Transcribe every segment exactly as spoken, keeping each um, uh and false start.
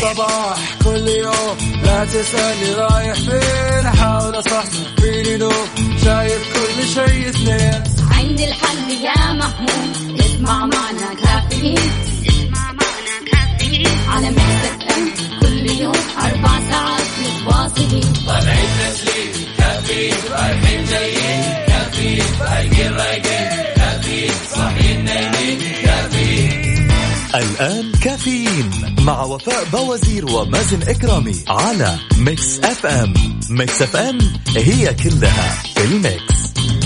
الصباح كل يوم، لا تسألني رايح فين، أحاول أصحصح فيني نوم، شايف كل شيء اثنين. عندي الحل يا محمود، اسمع معنا كافيين، اسمع معنا كافيين على ميكس اف ام كل يوم أربع ساعات متواصلين. طالعين تسليم كافيين، رايحين جايين كافيين، رايقين رايقين كافيين، صاحيين نايمين كافيين. الآن كافيين مع وفاء بوازير ومازن إكرامي على ميكس اف ام. ميكس اف ام هي كلها في الميكس.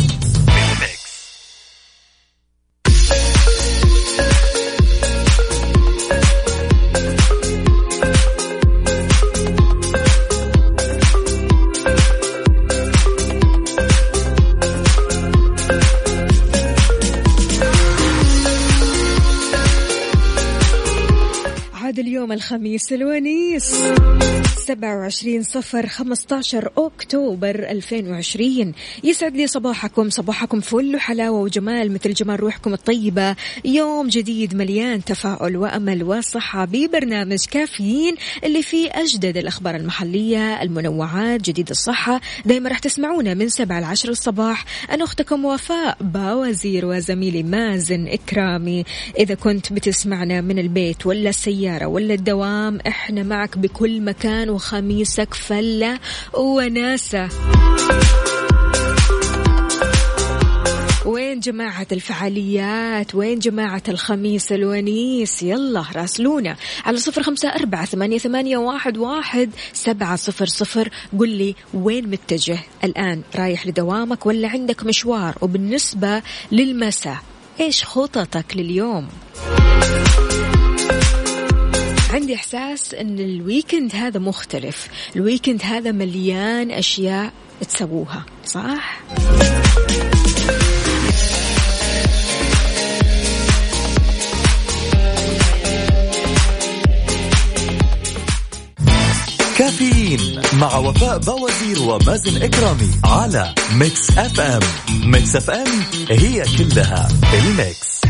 اليوم الخميس الونيس سبعة وعشرين صفر خمسة عشر أكتوبر ألفين وعشرين. يسعد لي صباحكم، صباحكم فل وحلاوة وجمال مثل جمال روحكم الطيبة. يوم جديد مليان تفاؤل وأمل وصحة ببرنامج كافيين اللي فيه أجدد الأخبار المحلية، المنوعات، جديد الصحة. دايما رح تسمعونا من سبعة لعشر الصباح. أنا أختكم وفاء باوزير وزميلي مازن إكرامي. إذا كنت بتسمعنا من البيت ولا السيارة ولا الدوام، إحنا معك بكل مكان، وخميسك فلة وناسة. وين جماعة الفعاليات؟ وين جماعة الخميس الونيس؟ يلا راسلونا على صفر خمسة أربعة ثمانية ثمانية واحد واحد سبعة صفر صفر. قل لي وين متجه الآن، رايح لدوامك ولا عندك مشوار؟ وبالنسبة للمساء إيش خططك لليوم؟ عندي إحساس أن الويكند هذا مختلف، الويكند هذا مليان أشياء تسووها، صح؟ كافيين مع وفاء بوازير ومازن إكرامي على ميكس اف ام. ميكس اف ام هي كلها الميكس.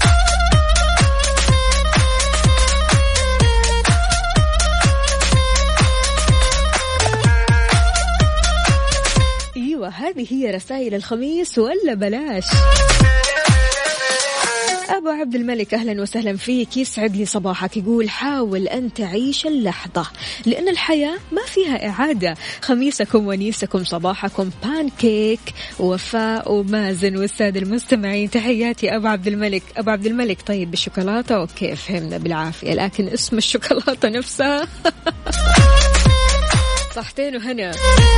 هذه هي رسائل الخميس ولا بلاش. أبو عبد الملك أهلا وسهلا فيك، يسعد لي صباحك. يقول حاول أن تعيش اللحظة لأن الحياة ما فيها إعادة. خميسكم ونيسكم صباحكم بانكيك. وفاء ومازن والسادة المستمعين تحياتي أبو عبد الملك. أبو عبد الملك طيب بالشوكولاتة أوكي فهمنا بالعافية، لكن اسم الشوكولاتة نفسها صحتين وهنا.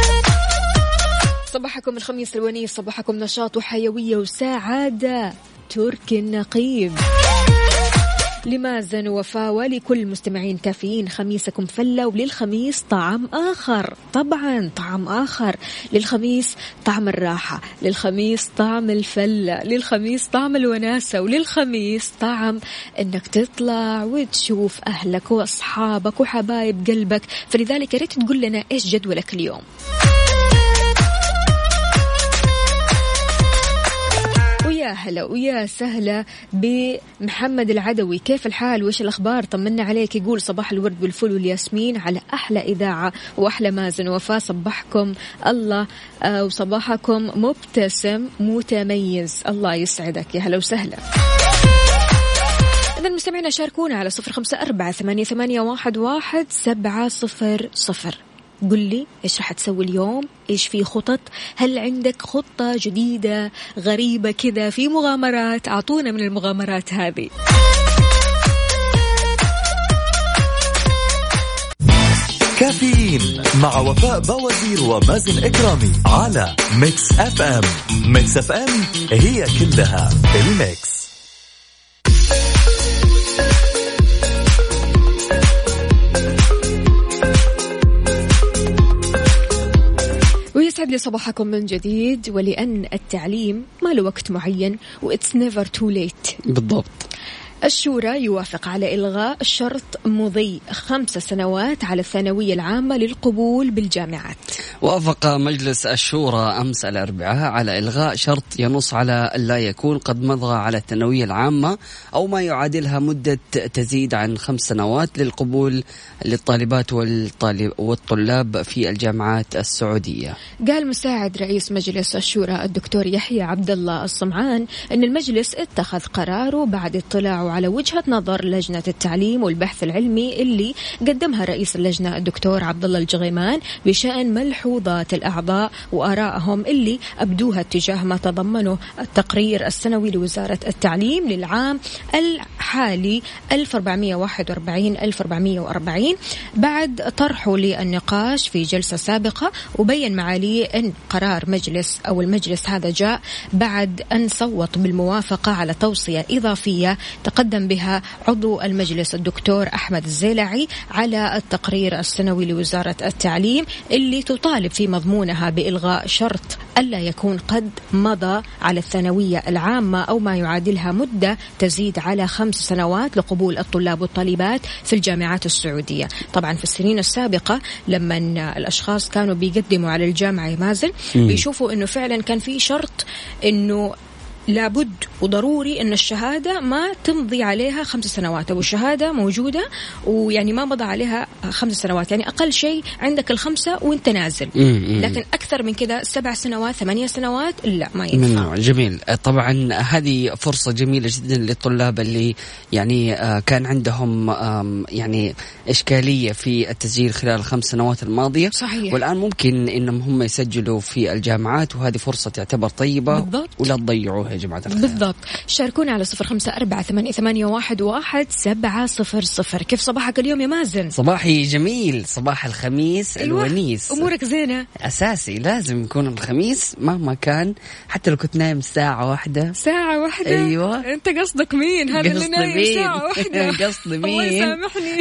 صباحكم الخميس الونيس، صباحكم نشاط وحيوية وسعادة. تركي النقيب لمازن وفاء ولكل مستمعين كافيين، خميسكم فلة وللخميس طعم آخر. طبعا طعم آخر للخميس، طعم الراحة، للخميس طعم الفلة، للخميس طعم الوناسة، وللخميس طعم انك تطلع وتشوف أهلك وأصحابك وحبايب قلبك. فلذلك يا ريت تقول لنا إيش جدولك اليوم. ويا هلا ويا سهلة بمحمد العدوي، كيف الحال وإيش الأخبار؟ طمنا عليك. يقول صباح الورد والفل والياسمين على أحلى إذاعة وأحلى مازن وفاء. صباحكم الله آه وصباحكم مبتسم متميز، الله يسعدك. يا هلا وسهلا. إذا المستمعين شاركونا على صفر خمسة أربعة ثمانية ثمانية واحد واحد سبعة صفر صفر. قل لي إيش رح تسوي اليوم؟ إيش في خطط؟ هل عندك خطة جديدة غريبة كذا؟ في مغامرات؟ أعطونا من المغامرات هذه. كافيين مع وفاء بوازير ومازن إكرامي على ميكس اف ام. ميكس اف ام هي كلها الميكس. ويسعد لي صباحكم من جديد. ولأن التعليم ما له وقت معين و it's never too late. بالضبط. الشورى يوافق على إلغاء شرط مضي خمس سنوات على الثانوية العامة للقبول بالجامعات. وافق مجلس الشورى أمس الأربعاء على إلغاء شرط ينص على لا يكون قد مضى على الثانوية العامة أو ما يعادلها مدة تزيد عن خمس سنوات للقبول للطالبات والطالب والطلاب في الجامعات السعودية. قال مساعد رئيس مجلس الشورى الدكتور يحيى عبد الله الصمعان أن المجلس اتخذ قراره بعد اطلاعه على وجهة نظر لجنة التعليم والبحث العلمي اللي قدمها رئيس اللجنة الدكتور عبد الله الجغيمان بشأن ملحوظات الأعضاء وآرائهم اللي أبدوها تجاه ما تضمنه التقرير السنوي لوزارة التعليم للعام الحالي ألف وأربعمائة وواحد وأربعين ألف وأربعمائة وأربعين بعد طرحه للنقاش في جلسة سابقة. وبين معاليه أن قرار مجلس أو المجلس هذا جاء بعد أن صوت بالموافقة على توصية إضافية تقدم بها عضو المجلس الدكتور أحمد الزيلعي على التقرير السنوي لوزارة التعليم اللي تطالب في مضمونها بإلغاء شرط ألا يكون قد مضى على الثانوية العامة أو ما يعادلها مدة تزيد على خمس سنوات لقبول الطلاب والطالبات في الجامعات السعودية. طبعا في السنين السابقة لما الأشخاص كانوا بيقدموا على الجامعة يمازل بيشوفوا أنه فعلا كان في شرط أنه لابد وضروري أن الشهادة ما تمضي عليها خمس سنوات أو الشهادة موجودة ويعني ما مضى عليها خمس سنوات، يعني أقل شيء عندك الخمسة وانت نازل، لكن أكثر من كذا سبع سنوات ثمانية سنوات لا ما ينفع. جميل. طبعا هذه فرصة جميلة جدا للطلاب اللي يعني كان عندهم يعني إشكالية في التسجيل خلال الخمس سنوات الماضية. صحيح. والآن ممكن إنهم هم يسجلوا في الجامعات وهذه فرصة تعتبر طيبة. بالضبط. ولا تضيعوها يا جماعة الخير. بالضبط. شاركونا على صفر خمسة أربعة ثمانية ثمانية واحد واحد سبعة صفر صفر. كيف صباحك اليوم يا مازن؟ صباحي جميل، صباح الخميس الونيس. أمورك زينة؟ أساسي لازم يكون الخميس مهما كان، حتى لو كنت نايم ساعة واحدة. ساعة واحدة؟ أيوة. أنت قصدك مين هذا اللي نايم مين؟ ساعة واحدة؟ قصدي مين؟ الله يسامحني.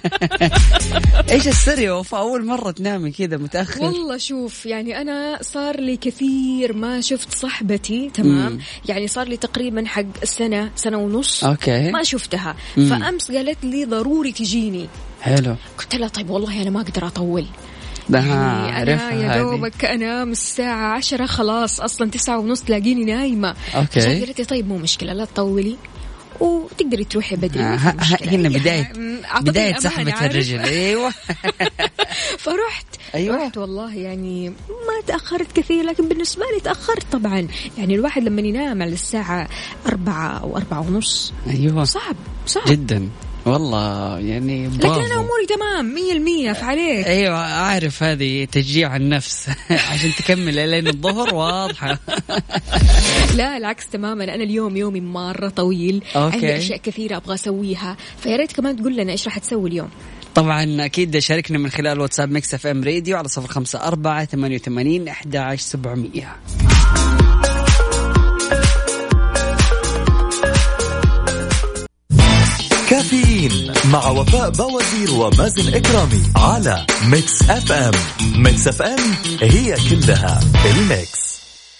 إيش السر يا وفاء أول مرة تنامي كذا متأخر؟ والله شوف يعني أنا صار لي كثير ما شفت صاحبتي تمام، مم. يعني صار لي تقريبا حق سنة سنة ونص أوكي. ما شفتها. مم. فأمس قالت لي ضروري تجيني. حلو. قلت لها طيب والله أنا ما أقدر أطول، يعني أنا يا دوبك أنام الساعة عشرة خلاص أصلا تسعة ونص تلاقيني نايمة. أوكي. قالت لي طيب مو مشكلة لا تطولي وتقدري تروحي بدري. آه هنا بداية بداية سحبة الرجل. أيوة. فرحت. أيوة. رحت والله يعني ما تأخرت كثير، لكن بالنسبة لي تأخرت طبعا. يعني الواحد لما ينام على الساعة أربعة أو أربعة ونص. أيوة. صعب صعب جدا والله يعني. لكن أنا أموري تمام مية المية فعليك. أيوة أعرف هذه تشجيع النفس عشان تكمل لين الظهر. واضحة. لا العكس تماما، أنا اليوم يومي مرة طويل. أوكي. عندي أشياء كثيرة أبغى أسويها، فياريت كمان تقول لنا إيش راح تسوي اليوم. طبعا أكيد شاركنا من خلال واتساب ميكس اف ام راديو على صفر خمسة أربعة ثمانية وثمانين أحد عشر سبعمية. كافيين مع وفاء بوازير ومازن إكرامي على ميكس اف ام. ميكس اف ام هي كلها الميكس.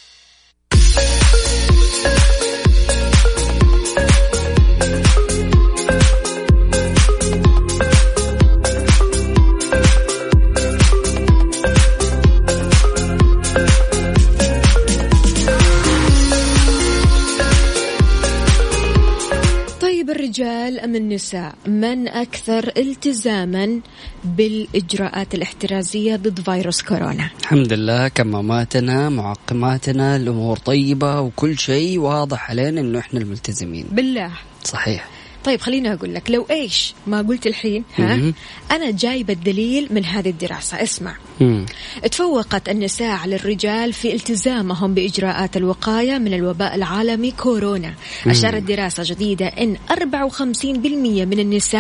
الرجال أم النساء من أكثر التزاما بالإجراءات الاحترازية ضد فيروس كورونا؟ الحمد لله كماماتنا معقماتنا الأمور طيبة وكل شيء واضح علينا إنه إحنا الملتزمين بالله. صحيح. طيب خليني أقول لك لو إيش ما قلت الحين ها م-م. أنا جايبة الدليل من هذه الدراسة. اسمع. م- تفوقت النساء على الرجال في التزامهم بإجراءات الوقاية من الوباء العالمي كورونا. م- أشارت دراسة جديدة أن أربعة وخمسين بالمئة من النساء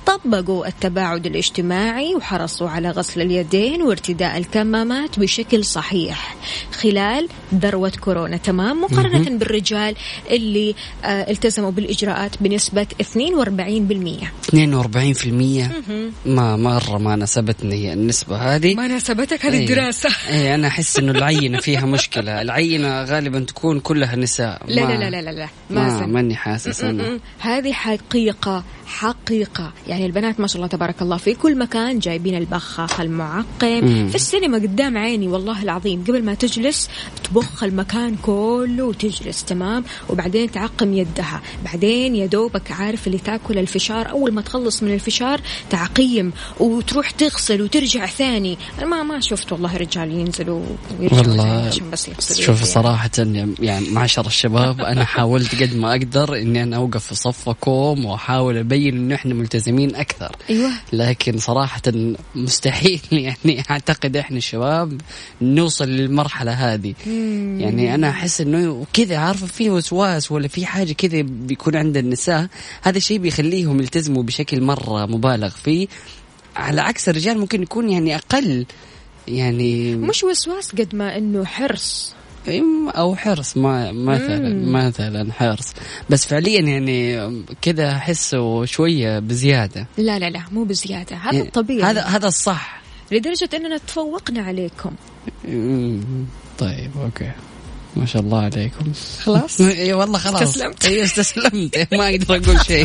طبقوا التباعد الاجتماعي وحرصوا على غسل اليدين وارتداء الكمامات بشكل صحيح خلال ذروة كورونا. تمام. مقارنة بالرجال اللي آه التزموا بالإجراءات بنسبة اثنين وأربعين بالمئة. اثنين وأربعين بالمئة ما مرة ما نسبتني النسبة هذه. ما نسبتك هذه الدراسة؟ اي أنا أحس إنه العينة فيها مشكلة. العينة غالبا تكون كلها نساء. لا لا لا لا لا, لا. ما ماني حاسس أنا. هذه حقيقة حقيقة. يعني البنات ما شاء الله تبارك الله في كل مكان جايبين البخاخ المعقم. مم. في السينما قدام عيني والله العظيم قبل ما تجلس تبخ المكان كله وتجلس. تمام. وبعدين تعقم يدها. بعدين يا دوبك عارف اللي تاكل الفشار أول ما تخلص من الفشار تعقيم وتروح تغسل وترجع ثاني. أنا ما ما شفت والله رجال ينزلوا والله عشان بس يغسلوا. شوف صراحة يعني معشر الشباب أنا حاولت قد ما أقدر إني أنا أوقف في صفكم وأحاول أبين إنه إحنا ملتزمين أكثر. أيوة. لكن صراحة مستحيل يعني أعتقد إحنا الشباب نوصل للمرحلة هذه. مم. يعني أنا أحس إنه كذا عارفة فيه وسواس ولا في حاجة كذا بيكون عند النساء هذا الشيء بيخليهم يلتزموا بشكل مرة مبالغ فيه على عكس الرجال ممكن يكون يعني أقل يعني مش وسواس قد ما إنه حرص أو حرص ما مثلا مم. مثلا حرص بس فعليا يعني كذا أحسه شوية بزيادة. لا لا لا مو بزيادة هذا يعني الطبيعي. هذا هذا الصح لدرجة إننا تفوقنا عليكم. طيب أوكي ما شاء الله عليكم. خلاص اي والله خلاص استسلمت. اي استسلمت ما اقدر اقول شيء.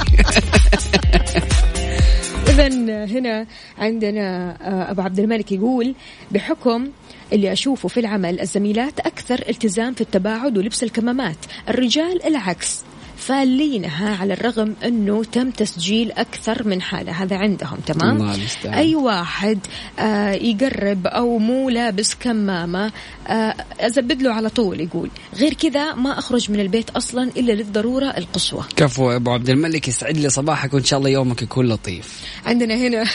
إذن هنا عندنا أبو عبد الملك يقول بحكم اللي أشوفه في العمل الزميلات أكثر التزام في التباعد ولبس الكمامات. الرجال العكس فالينها على الرغم أنه تم تسجيل أكثر من حالة. هذا عندهم. تمام. أي واحد آه يقرب أو مو لابس كمامة آه أزبد له على طول. يقول غير كذا ما أخرج من البيت أصلا إلا للضرورة القصوى. كفو أبو عبد الملك يسعد لي صباحك وإن شاء الله يومك يكون لطيف. عندنا هنا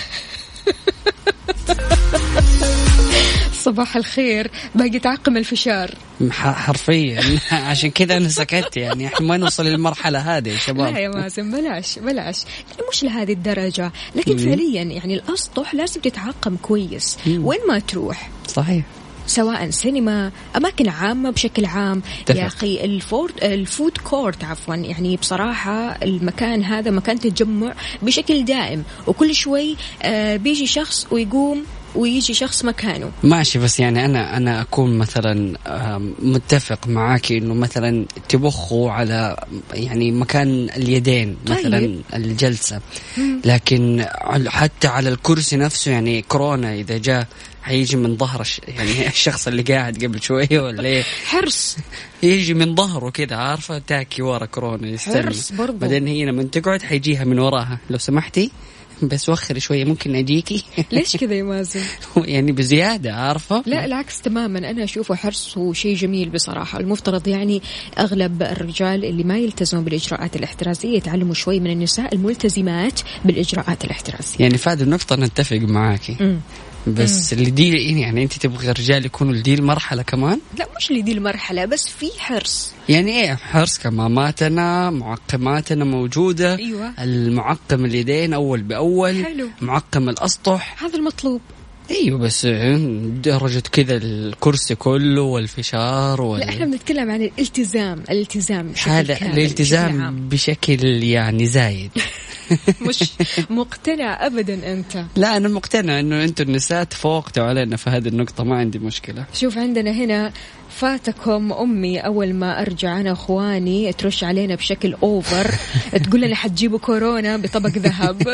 صباح الخير باقي تعقم الفشار حرفيا عشان كذا أنا سكت. يعني إحنا ما نوصل للمرحلة هذه يا شباب. لا يا مازن بلاش بلاش يعني مش لهذه الدرجة. لكن مم. فعليا يعني الأسطح لازم تتعقم كويس. مم. وين ما تروح. صحيح. سواء سينما أماكن عامة بشكل عام. تفق. يا أخي الفورد الفود كورت عفوا يعني بصراحة المكان هذا مكان تجمع بشكل دائم وكل شوي آه بيجي شخص ويقوم ويجي شخص مكانه. ماشي بس يعني أنا أنا أكون مثلا متفق معاك إنه مثلا تبخوا على يعني مكان اليدين مثلا. طيب. الجلسة. مم. لكن حتى على الكرسي نفسه يعني كورونا إذا جاء هيجي من ظهر يعني الشخص اللي قاعد قبل شوية ولا إيه حرص يجي من ظهره كذا عارفة تاكي ورا كورونا يستنى. حرص برضو. بعدين هي لما تقعد حيجيها من وراها لو سمحتي بس وخر شوية ممكن أجيكي. ليش كذا يا مازن؟ يعني بزيادة عارفة. لا العكس تماما. أنا أشوفه حرص وشيء جميل بصراحة. المفترض يعني أغلب الرجال اللي ما يلتزموا بالإجراءات الاحترازية يتعلموا شوي من النساء الملتزمات بالإجراءات الاحترازية. يعني في هذه النقطة نتفق معاكي. م. بس اللي دي يعني أنت تبغى الرجال يكونوا لدي المرحلة كمان؟ لا مش لدي المرحلة بس في حرص. يعني إيه حرص؟ كماماتنا معقماتنا موجودة. أيوة. المعقم اليدين أول بأول. حلو. معقم الأسطح هذا المطلوب. ايوه بس درجة كذا الكرسي كله والفشار وال... لا احنا بنتكلم عن الالتزام. الالتزام هذا الالتزام بشكل يعني زايد. مش مقتنع ابدا انت؟ لا انا مقتنع انه انتم النساء تفوقتوا علينا في هذه النقطة ما عندي مشكلة. شوف عندنا هنا فاتكم أمي أول ما أرجع أنا أخواني ترش علينا بشكل أوفر تقول لنا حتجيبوا كورونا بطبق ذهب.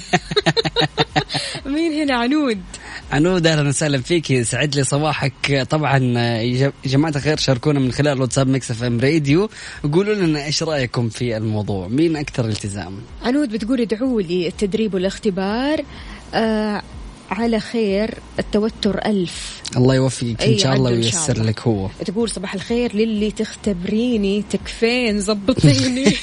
مين هنا؟ عنود. عنود أهلا وسهلا فيك سعد لي صباحك. طبعا يا جماعة الخير شاركونا من خلال واتساب ميكس اف ام راديو وقولوا لنا إيش رأيكم في الموضوع مين أكثر التزام. عنود بتقول ادعوا لي التدريب والاختبار آه على خير، التوتر ألف. الله يوفقك إن شاء الله وييسر لك. هو تقول صباح الخير للي تختبريني تكفين زبطيني.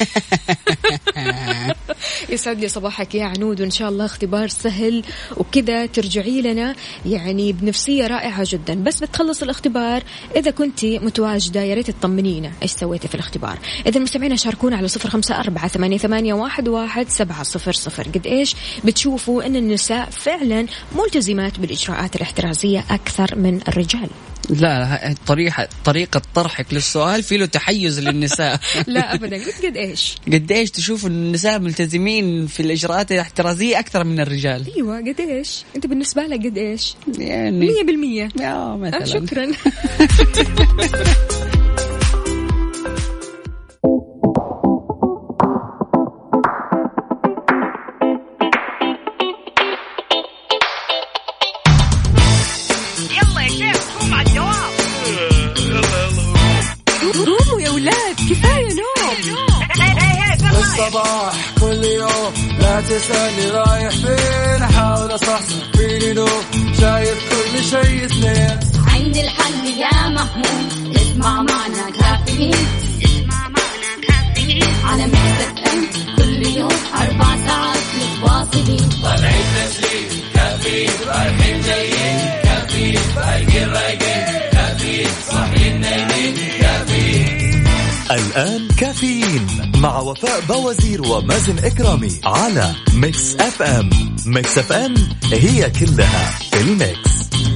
يسعد لي صباحك يا عنود، وإن شاء الله اختبار سهل وكذا ترجعي لنا يعني بنفسية رائعة جدا. بس بتخلص الاختبار إذا كنتي متواجدة يا ريت تطمنينا إيش سويتي في الاختبار. إذا المستمعين شاركونا على صفر خمسة أربعة ثمانية ثمانية واحد واحد سبعة صفر صفر. قد إيش بتشوفوا أن النساء فعلا ملتزمات بالإجراءات الاحترازية أكثر من الرجال؟ لا، طريقة طريقة طرحك للسؤال في له تحيز للنساء. لا أبدا. قد قد إيش قد إيش تشوف النساء ملتزمين في الإجراءات الاحترازية أكثر من الرجال؟ أيوة قد إيش أنت بالنسبة لك قد إيش؟ يعني مية بالمية. يا مثلا. آه شكرا. الصباح كل يوم لا تسألني رايح فين، أحاول أصحصح فيني لو شايف كل شيء اثنين. عندي الحل يا محمود، اسمع معنا كافيين، اسمع معنا كافيين على ميكس اف ام كل يوم أربع ساعات متواصلين. طالعين تسليم كافيين، رايحين جايين كافيين، رايقين رايقين كافيين، صاحيين نايمين كافيين. الآن كافيين مع وفاء بوازير ومازن إكرامي على ميكس اف ام. ميكس اف ام هي كلها في الميكس.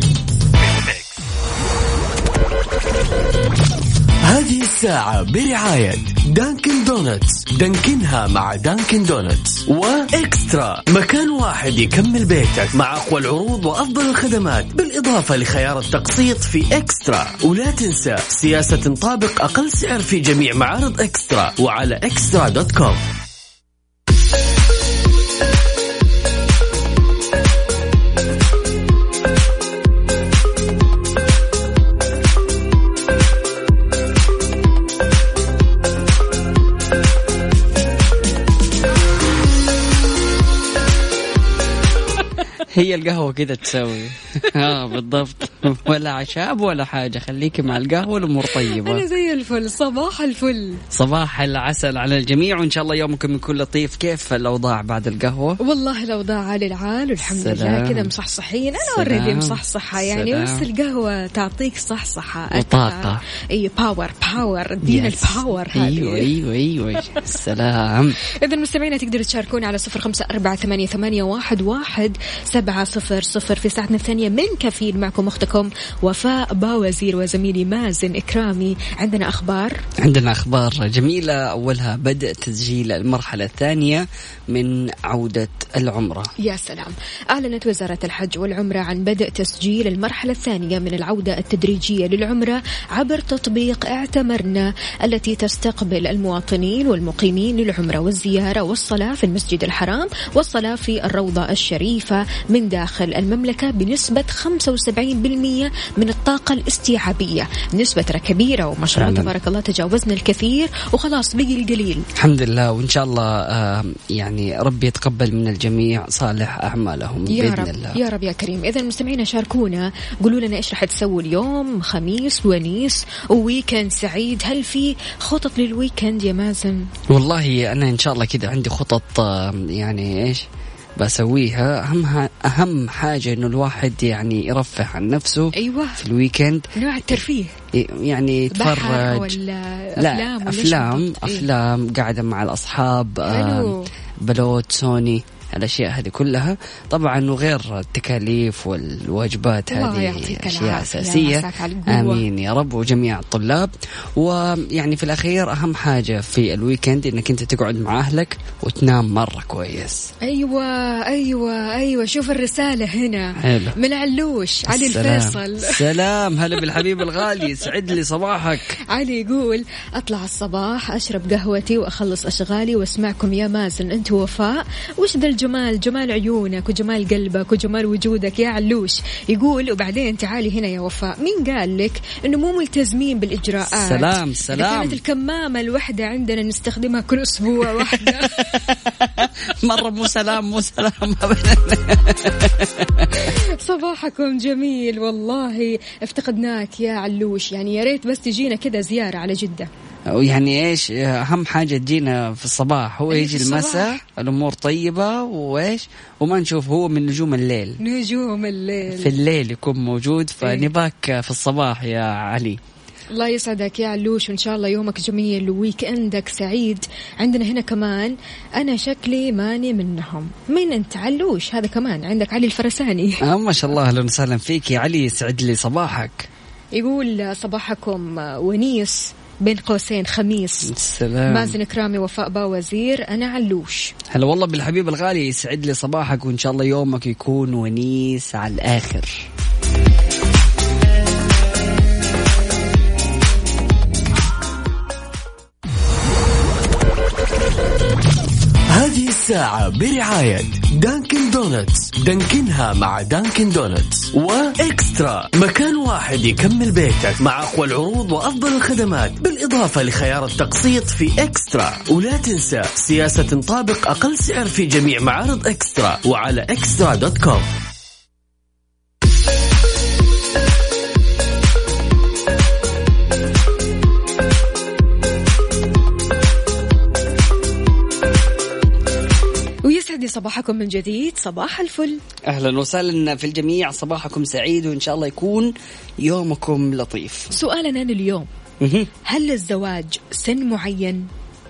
هذه الساعة برعاية دانكن دونتس، دانكنها مع دانكن دونتس، وإكسترا مكان واحد يكمل بيتك مع أقوى العروض وأفضل الخدمات، بالإضافة لخيار التقسيط في إكسترا. ولا تنسى سياسة تنطبق أقل سعر في جميع معارض إكسترا وعلى إكسترا دوت كوم. هي القهوة كده تسوي. اه بالضبط. ولا عشاب ولا حاجة، خليكي مع القهوة والأمور طيبة. أنا زي الفل. صباح الفل، صباح العسل على الجميع، وإن شاء الله يومكم يكون لطيف. كيف الأوضاع بعد القهوة؟ والله الأوضاع عالي العال والحمد لله، كذا مصحصحين. أنا أوريدي مصحصحة يعني، بس القهوة تعطيك صحصحة وطاقة. أي باور باور الدين الباور هذه. أيوة أيوة أيوة. السلام. إذا المستمعين تقدروا تشاركون على صفر خمسة أربعة ثمانية ثمانية واحد واحد سبعة صفر صفر في ساعتنا الثانية من كافيين. معكم أختكم وفاء باوزير وزميلي مازن إكرامي. عندنا أخبار عندنا أخبار جميلة. أولها بدء تسجيل المرحلة الثانية من عودة العمرة. يا سلام. أعلنت وزارة الحج والعمرة عن بدء تسجيل المرحلة الثانية من العودة التدريجية للعمرة عبر تطبيق اعتمرنا، التي تستقبل المواطنين والمقيمين للعمرة والزيارة والصلاة في المسجد الحرام والصلاة في الروضة الشريفة من داخل المملكة بنسبة خمسة وسبعين بالمئة من الطاقة الاستيعابية. نسبة كبيرة وما شاء الله تبارك الله، تجاوزنا الكثير وخلاص بقي القليل. الحمد لله، وإن شاء الله آه يعني ربي يتقبل من الجميع صالح أعمالهم يا بإذن رب الله. يا رب يا كريم. إذا المستمعين شاركونا، قولوا لنا إيش رح تسووا اليوم، خميس ونيس وويكند سعيد. هل في خطط للويكند يا مازن؟ والله أنا إن شاء الله كده عندي خطط آه يعني إيش بسويها. أهم أهم حاجة إنه الواحد يعني يرفه عن نفسه. أيوة. في الويكند نوع الترفيه يعني يتفرج. ولا لا أفلام أفلام أفلام إيه؟ قاعدة مع الأصحاب. آه بلوت سوني، الأشياء هذه كلها طبعا، وغير التكاليف والواجبات هذه أشياء أساسية. آمين يا رب وجميع الطلاب. ويعني في الأخير أهم حاجة في الويكند إنك أنت تقعد مع أهلك وتنام مرة كويس. أيوة أيوة أيوة. شوف الرسالة هنا حلو. من علوش علي الفيصل. سلام. هلا بالحبيب الغالي، سعد لي صباحك. علي يقول أطلع الصباح أشرب قهوتي وأخلص أشغالي واسمعكم يا مازن أنت وفاء. وش ذا الجمال، جمال عيونك وجمال قلبك وجمال وجودك يا علوش. يقول وبعدين تعالي هنا يا وفاء، مين قال لك إنه مو ملتزمين بالإجراءات؟ سلام سلام. كانت الكمامة الوحدة عندنا نستخدمها كل أسبوع واحدة. مرة مو سلام مو سلام. صباحكم جميل والله، افتقدناك يا علوش، يعني يا ريت بس تجينا كذا زيارة على جدة. يعني ايش اهم حاجه تجينا في الصباح؟ هو يجي المساء الامور طيبه وايش وما نشوف، هو من نجوم الليل، نجوم الليل في الليل يكون موجود، فنباك في الصباح يا علي. الله يسعدك يا علوش، وإن شاء الله يومك جميل وويك اندك سعيد. عندنا هنا كمان أنا شكلي ماني منهم. مين أنت علوش؟ هذا كمان عندك علي الفرساني. آه ما شاء الله، أهلا وسهلا فيك يا علي، سعد لي صباحك. يقول صباحكم ونيس بين قوسين خميس. السلام. مازن كرامي، وفاء باوزير، أنا علوش. هلا والله بالحبيب الغالي، يسعد لي صباحك وإن شاء الله يومك يكون ونيس على الآخر. هذه الساعة برعاية دانكن دونتس، دانكنها مع دانكن دونتس، وإكسترا، مكان واحد يكمل بيتك مع أقوى العروض وأفضل الخدمات، بالإضافة لخيار التقسيط في إكسترا. ولا تنسى سياسة تنطابق أقل سعر في جميع معارض إكسترا وعلى إكسترا دوت كوم. صباحكم من جديد، صباح الفل، أهلا وسهلا في الجميع، صباحكم سعيد وإن شاء الله يكون يومكم لطيف. سؤالنا اليوم، هل الزواج سن معين؟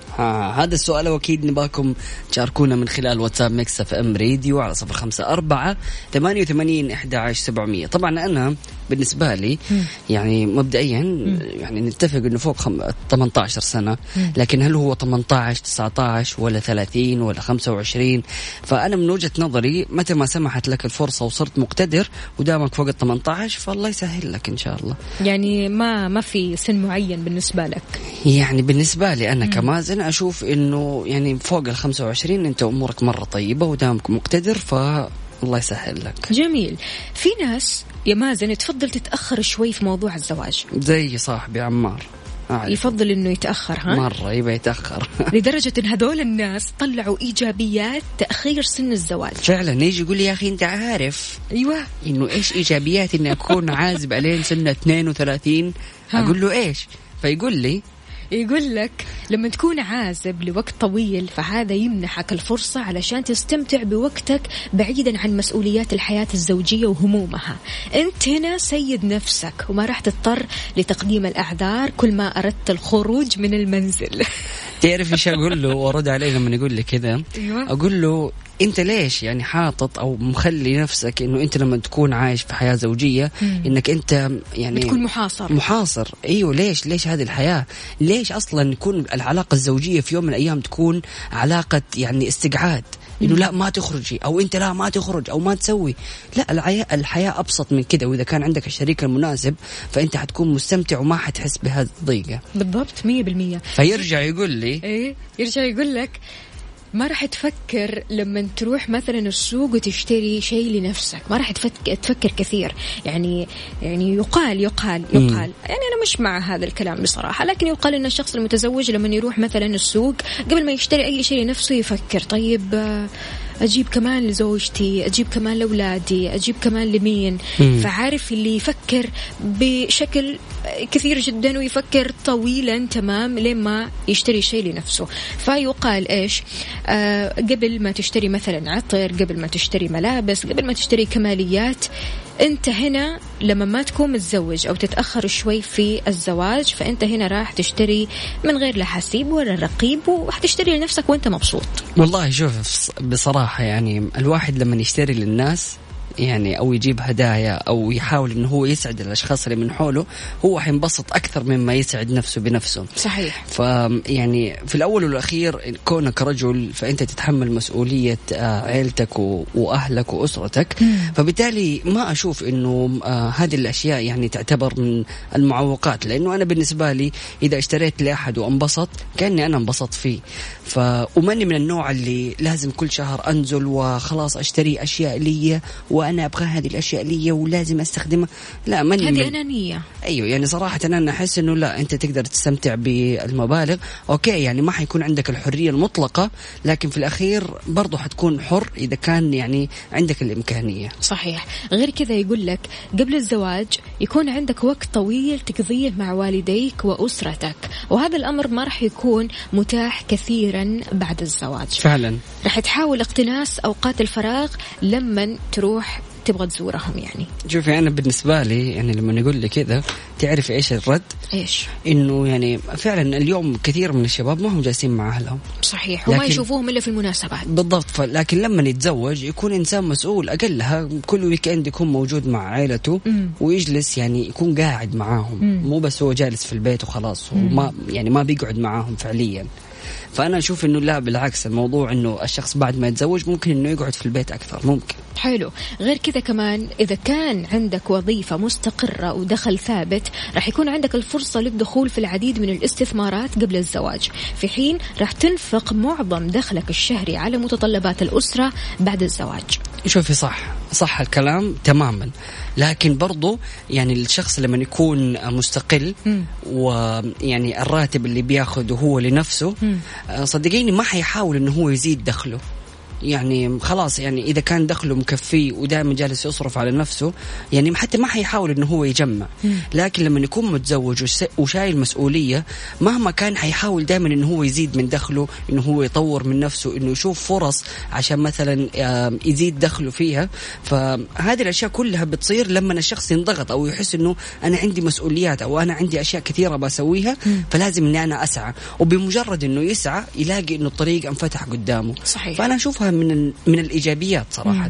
ها هذا السؤال وأكيد نباكم تشاركونا من خلال واتساب ميكس اف ام راديو على صفر خمسة أربعة ثمانية وثمانين أحد عشر سبعمية. طبعا أنا بالنسبة لي يعني مبدئيا يعني نتفق إنه فوق ثمانية عشر سنة، لكن هل هو ثمانية عشر تسعة عشر ولا ثلاثين ولا خمسة وعشرين؟ فأنا من وجهة نظري متى ما سمحت لك الفرصة وصرت مقتدر ودامك فوق ثمانية عشر فالله يسهل لك إن شاء الله. يعني ما ما في سن معين بالنسبة لك؟ يعني بالنسبة لي أنا كمازن أشوف إنه يعني فوق ال خمسة وعشرين أنت أمورك مرة طيبة ودامك مقتدر فالله يسهل لك. جميل. في ناس يا مازن تفضل تتأخر شوي في موضوع الزواج، زي صاحبي عمار أعرف. يفضل إنه يتأخر، ها مرة يبقى يتأخر لدرجة إن هذول الناس طلعوا إيجابيات تأخير سن الزواج. فعلا يجي يقول لي يا أخي أنت عارف أيوة إنه إيش إيجابيات إني أكون عازب علين سنة اثنين وثلاثين؟ أقول له إيش؟ فيقول لي يقول لك لما تكون عازب لوقت طويل فهذا يمنحك الفرصة علشان تستمتع بوقتك بعيدا عن مسؤوليات الحياة الزوجية وهمومها. أنت هنا سيد نفسك وما راح تضطر لتقديم الأعذار كل ما أردت الخروج من المنزل. تعرف إيش أقول له وأرد عليه لما يقول لي كذا؟ أقول له أنت ليش يعني حاطط أو مخلي نفسك إنه أنت لما تكون عايش في حياة زوجية مم. إنك أنت يعني تكون محاصر محاصر أيوه ليش ليش هذه الحياة؟ ليش أصلا يكون العلاقة الزوجية في يوم من الأيام تكون علاقة يعني استقعاد، إنه لا ما تخرجي أو أنت لا ما تخرج أو ما تسوي؟ لا، الحياة الحياة أبسط من كده، وإذا كان عندك الشريك المناسب فأنت حتكون مستمتع وما حتحس بهذه الضيقة. بالضبط مية بالمية. فيرجع يقول لي إيه يرجع يقول لك ما راح تفكر لما تروح مثلا السوق وتشتري شيء لنفسك، ما راح تفكر تفكر كثير. يعني يعني يقال يقال يقال م. يعني أنا مش مع هذا الكلام بصراحة، لكن يقال إن الشخص المتزوج لما يروح مثلا السوق قبل ما يشتري أي شيء لنفسه يفكر طيب أجيب كمان لزوجتي، أجيب كمان لأولادي، أجيب كمان لمين. مم. فعارف اللي يفكر بشكل كثير جدا ويفكر طويلا تمام لين ما يشتري شيء لنفسه. فيقال إيش آه قبل ما تشتري مثلا عطر، قبل ما تشتري ملابس، قبل ما تشتري كماليات، أنت هنا لما ما تكون متزوج أو تتأخر شوي في الزواج فأنت هنا راح تشتري من غير لا حسيب ولا رقيب، وحتشتري لنفسك وأنت مبسوط. والله شوف بصراحة يعني الواحد لما يشتري للناس يعني أو يجيب هدايا أو يحاول إنه هو يسعد الأشخاص اللي من حوله، هو حينبسط أكثر مما يسعد نفسه بنفسه. صحيح. فيعني في الأول والأخير كونك رجل فأنت تتحمل مسؤولية عائلتك وأهلك وأسرتك، فبالتالي ما أشوف إنه هذه الأشياء يعني تعتبر من المعوقات، لأنه أنا بالنسبة لي إذا اشتريت لأحد وانبسط كأني أنا انبسطت فيه. فأمني من النوع اللي لازم كل شهر أنزل وخلاص أشتري أشياء لي وأنا أبغى هذه الأشياء لي ولازم أستخدمها. لا، من هذه أنانية. أيوه، يعني صراحة أنا أحس إنه لا، أنت تقدر تستمتع بالمبالغ أوكي، يعني ما حيكون عندك الحرية المطلقة، لكن في الأخير برضو حتكون حر إذا كان يعني عندك الإمكانية. صحيح. غير كذا يقول لك قبل الزواج يكون عندك وقت طويل تقضيه مع والديك وأسرتك، وهذا الأمر ما راح يكون متاح كثيرا بعد الزواج. فعلا راح تحاول اقتناص أوقات الفراغ لما تروح تبغى تزورهم. يعني شوفي، أنا بالنسبة لي يعني لما نقول لي كذا تعرف إيش الرد؟ إيش؟ إنه يعني فعلا اليوم كثير من الشباب ما هم جالسين مع أهلهم. صحيح، وما يشوفوهم إلا في المناسبات. بالضبط. لكن لما يتزوج يكون إنسان مسؤول، أقلها كل ويكند يكون موجود مع عائلته م. ويجلس يعني يكون قاعد معاهم، م. مو بس هو جالس في البيت وخلاص، وما يعني ما بيقعد معاهم فعليا. فأنا أشوف إنه لا، بالعكس، الموضوع إنه الشخص بعد ما يتزوج ممكن إنه يقعد في البيت أكثر. ممكن. حلو. غير كذا كمان إذا كان عندك وظيفة مستقرة ودخل ثابت راح يكون عندك الفرصة للدخول في العديد من الاستثمارات قبل الزواج، في حين راح تنفق معظم دخلك الشهري على متطلبات الأسرة بعد الزواج. شوفي، صح صح الكلام تماما، لكن برضو يعني الشخص لما يكون مستقل م. ويعني الراتب اللي بياخده هو لنفسه م. صدقيني ما حيحاول إنه هو يزيد دخله. يعني خلاص، يعني إذا كان دخله مكفي ودائما جالس يصرف على نفسه، يعني حتى ما حيحاول إنه هو يجمع. لكن لما يكون متزوج وشايل مسؤولية، مهما كان حيحاول دائما إنه هو يزيد من دخله، إنه هو يطور من نفسه، إنه يشوف فرص عشان مثلا يزيد دخله فيها. فهذه الأشياء كلها بتصير لما الشخص ينضغط أو يحس إنه أنا عندي مسؤوليات أو أنا عندي أشياء كثيرة بسويها، فلازم إني أنا أسعى. وبمجرد إنه يسعى يلاقي إنه الطريق انفتح قدامه. صحيح. فأنا أشوفها من من الإيجابيات صراحة.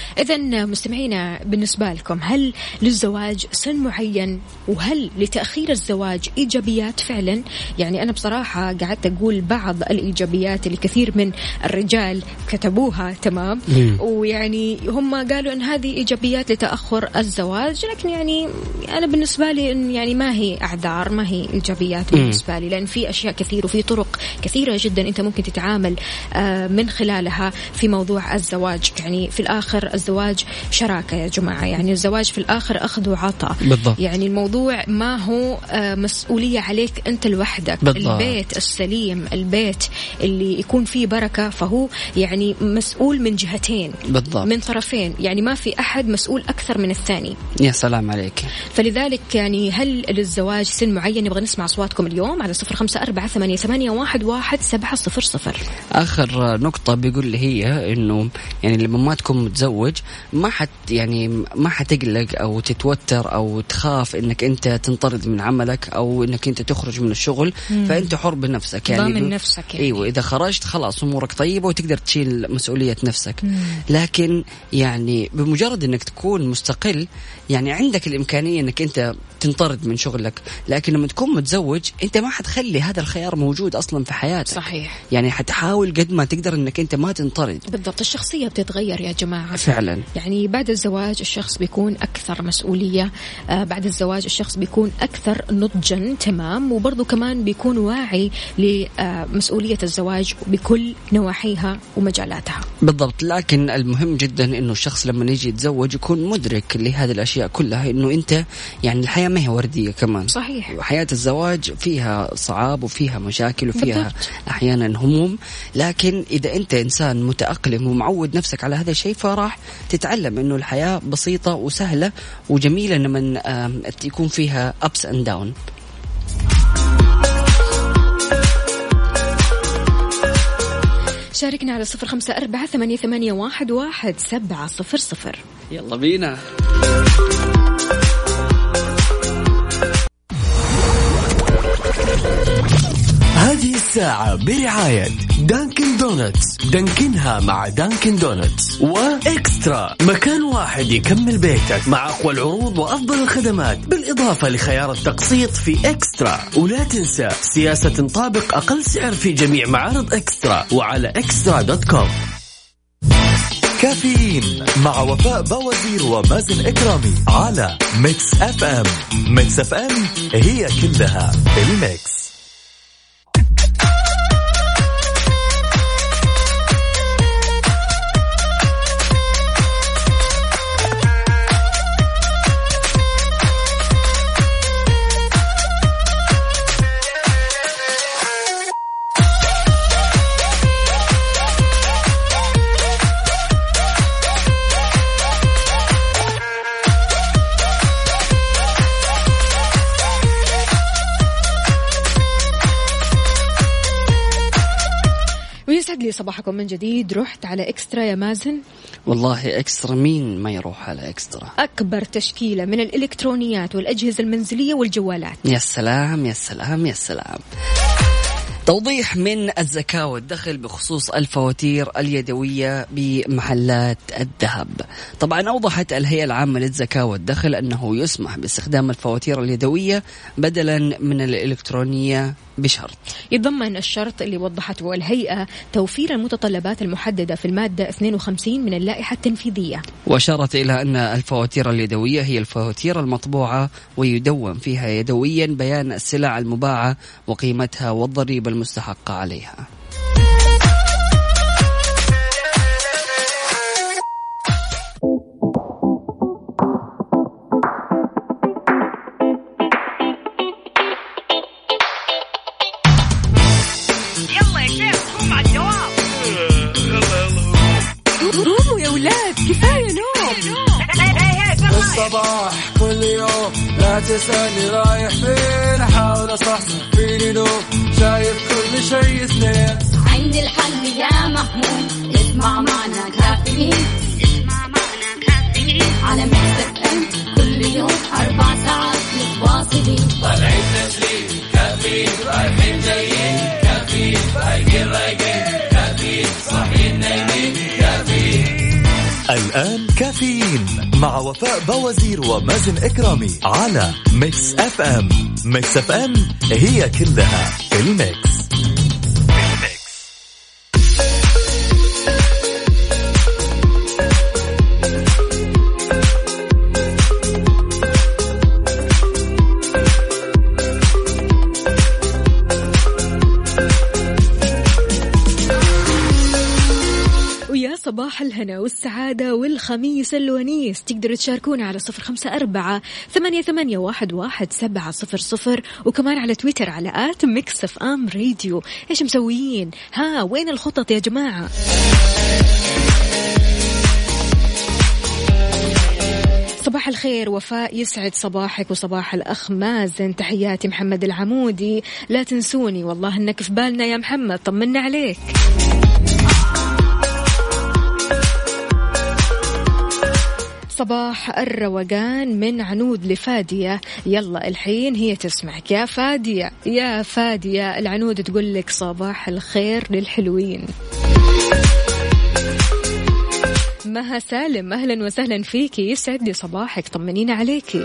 إذن مستمعينا، بالنسبة لكم هل للزواج سن معين، وهل لتأخير الزواج إيجابيات فعلا؟ يعني أنا بصراحة قعدت أقول بعض الإيجابيات اللي كثير من الرجال كتبوها، تمام، مم. ويعني هم قالوا أن هذه إيجابيات لتأخر الزواج، لكن يعني أنا بالنسبة لي إن يعني ما هي أعذار، ما هي إيجابيات بالنسبة لي، لأن في أشياء كثير وفي طرق كثيرة جدا أنت ممكن تتعامل من خلالها في موضوع الزواج. يعني في الآخر الزواج شراكة يا جماعة، يعني الزواج في الآخر أخذ وعطاء. بالضبط. يعني الموضوع ما هو مسؤولية عليك أنت لوحدك. بالضبط. البيت السليم، البيت اللي يكون فيه بركة، فهو يعني مسؤول من جهتين. بالضبط. من طرفين، يعني ما في أحد مسؤول أكثر من الثاني. يا سلام عليك. فلذلك يعني هل للزواج سن معين؟ نبغى نسمع أصواتكم اليوم على صفر خمسة أربعة ثمانية ثمانية واحد واحد سبعة صفر صفر. آخر نقطة بيقول لي هي إنه يعني لما ما تكون متزوج ما حت يعني ما حتقلق أو تتوتر أو تخاف إنك أنت تنطرد من عملك أو إنك أنت تخرج من الشغل. مم. فأنت حر بنفسك، يعني ضامن نفسك. يعني. أيوة، إذا خرجت خلاص أمورك طيبة وتقدر تشيل مسؤولية نفسك. مم. لكن يعني بمجرد إنك تكون مستقل يعني عندك الإمكانية إنك أنت تنطرد من شغلك، لكن لما تكون متزوج أنت ما حتخلي هذا الخيار موجود أصلا في حياتك. صحيح. يعني حتحاول قد ما تقدر إنك أنت ما تنطرد. بالضبط. الشخصية بتتغير يا جماعة فعلا. يعني بعد الزواج الشخص بيكون أكثر مسؤولية، آه بعد الزواج الشخص بيكون أكثر نضجا، تمام، وبرضو كمان بيكون واعي لمسؤولية الزواج بكل نواحيها ومجالاتها. بالضبط. لكن المهم جدا إنه الشخص لما يجي يتزوج يكون مدرك لهذه الأشياء كلها، إنه أنت يعني الحياة ما هي وردية كمان. صحيح. حياة الزواج فيها صعاب وفيها مشاكل وفيها بالضبط. أحيانا هموم، لكن إذا أنت إنسان متأقلم ومعود نفسك على هذا الشيء فراح تتعلم إنه الحياة بسيطة وسهلة وجميلة لما يكون فيها ups and down. شاركنا على صفر خمسة أربعة ثمانية ثمانية واحد واحد سبعة صفر صفر. يلا بينا. هذه الساعة برعاية دانكن دونتس، دانكنها مع دانكن دونتس، وإكسترا، مكان واحد يكمل بيتك مع أقوى العروض وأفضل الخدمات، بالإضافة لخيار التقسيط في إكسترا. ولا تنسى سياسة تنطبق أقل سعر في جميع معارض إكسترا وعلى إكسترا دوت كوم. كافيين مع وفاء بوازير ومازن إكرامي على ميكس أف أم. ميكس أف أم هي كلها الميكس. يسعد لي صباحكم من جديد. رحت على إكسترا يا مازن؟ والله إكسترا مين ما يروح على إكسترا؟ أكبر تشكيلة من الإلكترونيات والأجهزة المنزلية والجوالات. يا سلام يا سلام يا سلام. توضيح من الزكاة والدخل بخصوص الفواتير اليدوية بمحلات الذهب. طبعا أوضحت الهيئة العامة للزكاة والدخل أنه يسمح باستخدام الفواتير اليدوية بدلا من الإلكترونية بشرط. يتضمن الشرط اللي وضحته الهيئة توفير المتطلبات المحددة في المادة اثنين وخمسين من اللائحة التنفيذية. وأشارت إلى أن الفواتير اليدوية هي الفواتير المطبوعة ويدون فيها يدويا بيان السلع المباعة وقيمتها والضريبة المستحقة عليها. الصباح كل يوم لا تسألني رايح فين، أحاول أصحصح فيني لو شايف كل شيء اثنين. عندي الحل يا محمود، اسمع معنا كافيين، اسمع معنا كافيين على ميكس اف ام كل يوم أربع ساعات متواصلين. طالعين تسليم كافيين، رايحين جايين كافيين، رايقين رايقين كافيين، صاحيين نايمين كافيين. الآن كافيين مع وفاء بوازير ومازن إكرامي على ميكس اف ام. ميكس اف ام هي كلها في الميكس. صباح الهنا والسعادة والخميس الونيس. تقدروا تشاركونا على صفر خمسة أربعة ثمانية ثمانية واحد واحد سبعة صفر صفر، وكمان على تويتر على آت ميكس اف ام راديو. إيش مسويين؟ ها وين الخطط يا جماعة؟ صباح الخير وفاء، يسعد صباحك وصباح الأخ مازن. تحياتي محمد العمودي. لا تنسوني والله إنك في بالنا يا محمد، طمنا عليك. صباح الروقان من عنود لفادية. يلا الحين هي تسمعك يا فادية. يا فادية العنود تقول لك صباح الخير للحلوين. مها سالم أهلا وسهلا فيكي، يسعد لي صباحك، طمنينا عليكي.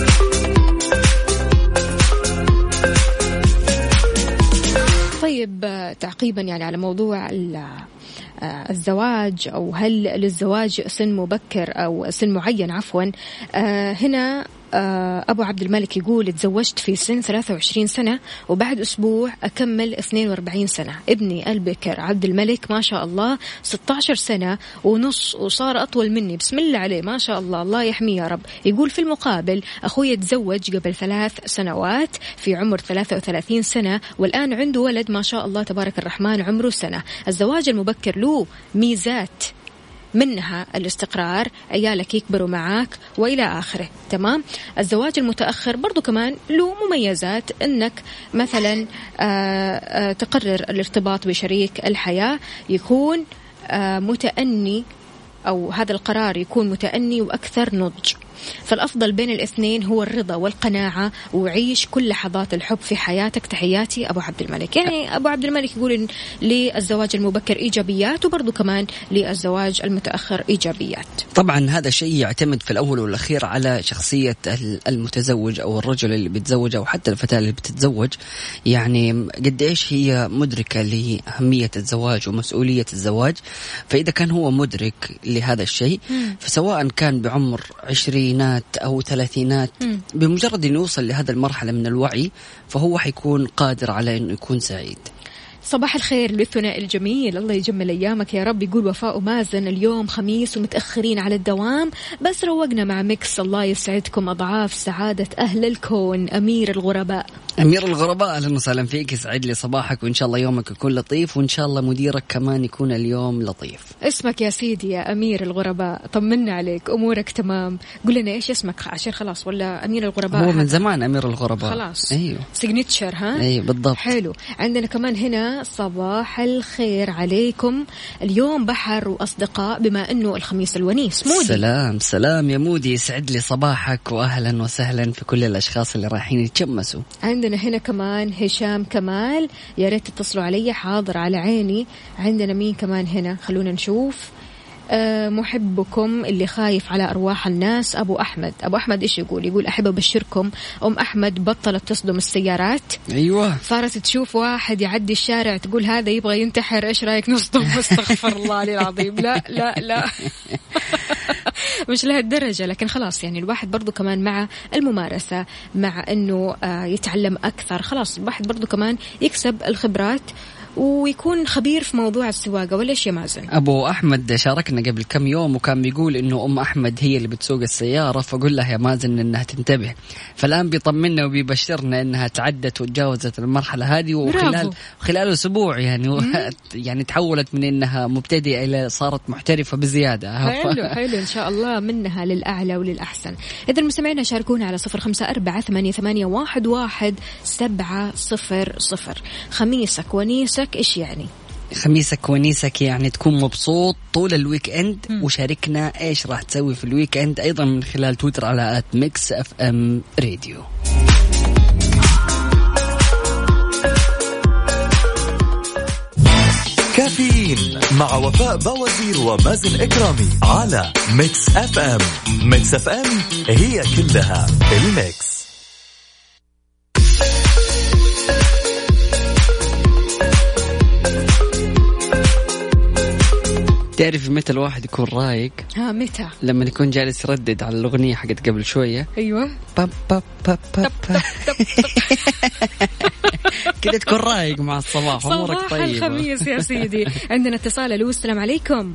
طيب تعقيبا يعني على موضوع الزواج أو هل للزواج سن مبكر أو سن معين عفوا، آه هنا آه أبو عبد الملك يقول تزوجت في سن ثلاثة وعشرين سنة وبعد أسبوع أكمل اثنين وأربعين سنة. ابني البكر عبد الملك ما شاء الله ستة عشر سنة ونص وصار أطول مني، بسم الله عليه ما شاء الله، الله يحميه يا رب. يقول في المقابل أخوي تزوج قبل ثلاث سنوات في عمر ثلاثة وثلاثين سنة والآن عنده ولد ما شاء الله تبارك الرحمن عمره سنة. الزواج المبكر له ميزات منها الاستقرار، عيالك يكبروا معاك وإلى آخره، تمام. الزواج المتأخر برضو كمان له مميزات، أنك مثلا تقرر الارتباط بشريك الحياة يكون متأني، أو هذا القرار يكون متأني وأكثر نضج. فالأفضل بين الاثنين هو الرضا والقناعة، وعيش كل لحظات الحب في حياتك. تحياتي أبو عبد الملك. يعني أبو عبد الملك يقول إن للزواج المبكر إيجابيات وبرضو كمان للزواج المتأخر إيجابيات. طبعا هذا شيء يعتمد في الأول والأخير على شخصية المتزوج أو الرجل اللي بيتزوج أو حتى الفتاة اللي بتتزوج، يعني قد إيش هي مدركة لأهمية الزواج ومسؤولية الزواج. فإذا كان هو مدرك لهذا الشيء فسواء كان بعمر عشرينات أو ثلاثينات، بمجرد أن يوصل لهذا المرحلة من الوعي فهو حيكون قادر على أنه يكون سعيد. صباح الخير للثنائي الجميل، الله يجمل أيامك يا رب. يقول وفاء ومازن اليوم خميس ومتأخرين على الدوام بس روقنا مع ميكس، الله يسعدكم أضعاف سعادة أهل الكون. أمير الغرباء أمير الغرباء أهلا وسهلا فيك، يسعد لي صباحك وإن شاء الله يومك يكون لطيف وإن شاء الله مديرك كمان يكون اليوم لطيف. اسمك يا سيدي يا أمير الغرباء، طمنا عليك، أمورك تمام؟ قل لنا إيش اسمك عشان خلاص، ولا أمير الغرباء هو من زمان أمير الغرباء خلاص. أيوه سيجنتشر. ها أيوه بالضبط. حلو. عندنا كمان هنا صباح الخير عليكم، اليوم بحر وأصدقاء بما أنه الخميس الونيس. مودي سلام سلام يا مودي، يسعد لي صباحك وأهلا وسهلا في كل الأشخاص اللي رايحين يتشمسوا. عندنا هنا كمان هشام كمال، يا ريت تتصلوا علي، حاضر على عيني. عندنا مين كمان هنا، خلونا نشوف. أه محبكم اللي خايف على أرواح الناس، أبو أحمد. أبو أحمد إيش يقول؟ يقول أحب أبشركم أم أحمد بطلت تصدم السيارات. أيوة صارت تشوف واحد يعدي الشارع تقول هذا يبغى ينتحر، إيش رأيك نصدم؟ استغفر الله العظيم، لا لا لا مش لهالدرجة، لكن خلاص يعني الواحد برضو كمان مع الممارسة، مع أنه يتعلم أكثر، خلاص الواحد برضو كمان يكسب الخبرات ويكون خبير في موضوع السواقة. ولا شيء مازن؟ أبو أحمد شاركنا قبل كم يوم وكان بيقول إنه أم أحمد هي اللي بتسوق السيارة، فقول له يا مازن إنها تنتبه، فالآن بيطمنا وبيبشرنا إنها تعدت وتجاوزت المرحلة هذه، وخلال خلال أسبوع يعني و... يعني تحولت من إنها مبتدئة إلى صارت محترفة بزيادة. حلو حلو إن شاء الله منها للأعلى وللأحسن. إذا المستمعين شاركونا على صفر خمسة أربعة ثمانية ثمانية واحد واحد سبعة صفر صفر. خميسك ونيسك إيش يعني؟ خميسك ونيسك يعني تكون مبسوط طول الويك اند، وشاركنا ايش راح تسوي في الويك اند ايضا من خلال تويتر على آت ميكس اف ام راديو. كافيين مع وفاء بوازير ومازن إكرامي على ميكس اف ام. ميكس اف ام هي كلها الميكس. تعرف متى الواحد يكون رايق؟ ها متى؟ لما يكون جالس يردد على الأغنية حقت قبل شوية. أيوة باب باب باب باب كده تكون رايق مع الصباح، أمورك طيبة. صباح الخميس يا سيدي. عندنا اتصال. ألو السلام عليكم.